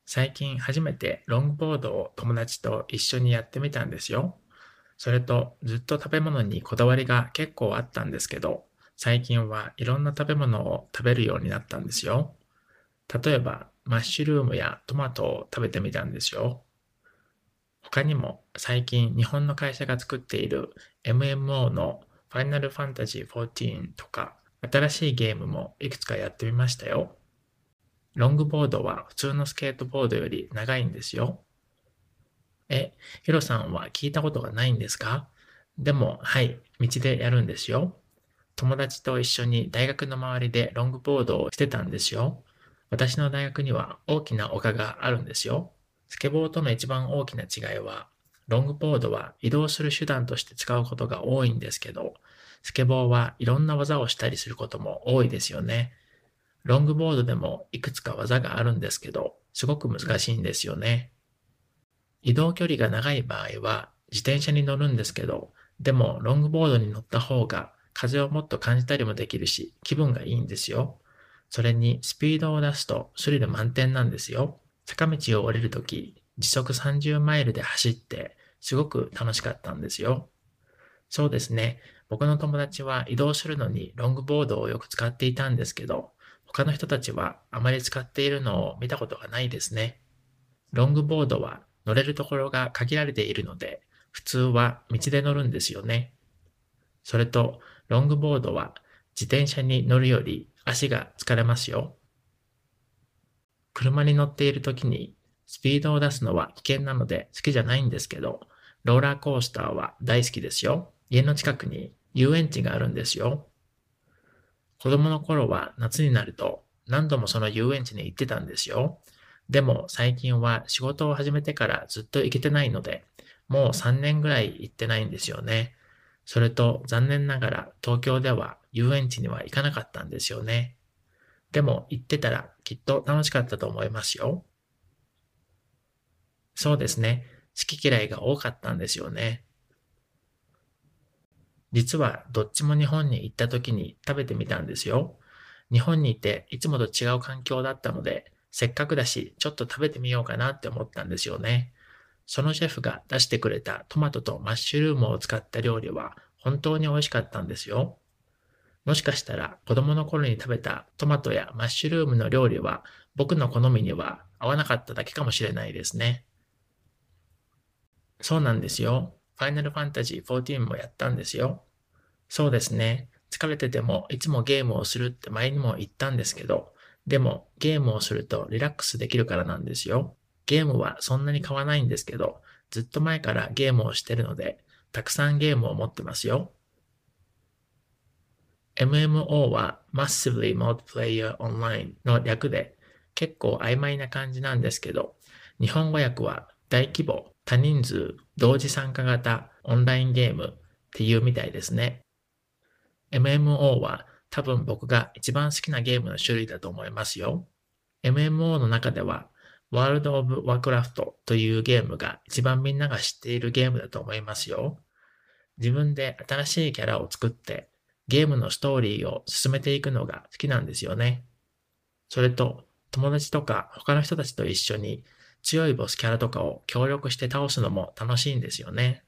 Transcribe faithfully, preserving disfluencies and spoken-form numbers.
最近初めてロングボードを友達と一緒にやってみたんですよ。それとずっと食べ物にこだわりが結構あったんですけど、最近はいろんな食べ物を食べるようになったんですよ。例えばマッシュルームやトマトを食べてみたんですよ。他にも最近日本の会社が作っている エムエムオー のファイナルファンタジーじゅうよんとか新しいゲームもいくつかやってみましたよ。ロングボードは普通のスケートボードより長いんですよ。え、ヒロさんは聞いたことがないんですか？でも、はい、道でやるんですよ。友達と一緒に大学の周りでロングボードをしてたんですよ。私の大学には大きな丘があるんですよ。スケボーとの一番大きな違いは、ロングボードは移動する手段として使うことが多いんですけど、スケボーはいろんな技をしたりすることも多いですよね。ロングボードでもいくつか技があるんですけど、すごく難しいんですよね。移動距離が長い場合は自転車に乗るんですけど、でもロングボードに乗った方が風をもっと感じたりもできるし、気分がいいんですよ。それにスピードを出すとスリル満点なんですよ。坂道を降りるとき、時速さんじゅうマイルで走って、すごく楽しかったんですよ。そうですね。僕の友達は移動するのにロングボードをよく使っていたんですけど、他の人たちはあまり使っているのを見たことがないですね。ロングボードは乗れるところが限られているので、普通は道で乗るんですよね。それと、ロングボードは自転車に乗るより足が疲れますよ。車に乗っている時にスピードを出すのは危険なので好きじゃないんですけど、ローラーコースターは大好きですよ。家の近くに遊園地があるんですよ。子供の頃は夏になると何度もその遊園地に行ってたんですよ。でも最近は仕事を始めてからずっと行けてないので、もうさんねんぐらい行ってないんですよね。それと残念ながら東京では遊園地には行かなかったんですよね。でも行ってたらきっと楽しかったと思いますよ。そうですね。好き嫌いが多かったんですよね。実はどっちも日本に行った時に食べてみたんですよ。日本にいていつもと違う環境だったので、せっかくだしちょっと食べてみようかなって思ったんですよね。そのシェフが出してくれたトマトとマッシュルームを使った料理は本当に美味しかったんですよ。もしかしたら子供の頃に食べたトマトやマッシュルームの料理は僕の好みには合わなかっただけかもしれないですね。そうなんですよ。ファイナルファンタジーじゅうよんもやったんですよ。そうですね。疲れててもいつもゲームをするって前にも言ったんですけど、でもゲームをするとリラックスできるからなんですよ。ゲームはそんなに買わないんですけど、ずっと前からゲームをしてるので、たくさんゲームを持ってますよ。エムエムオー は Massively Multiplayer Online の略で結構曖昧な感じなんですけど、日本語訳は大規模、多人数、同時参加型オンラインゲームっていうみたいですね。エムエムオー は多分僕が一番好きなゲームの種類だと思いますよ。エムエムオー の中では、ワールド・オブ・ワークラフトというゲームが一番みんなが知っているゲームだと思いますよ。自分で新しいキャラを作って、ゲームのストーリーを進めていくのが好きなんですよね。それと、友達とか他の人たちと一緒に強いボスキャラとかを協力して倒すのも楽しいんですよね。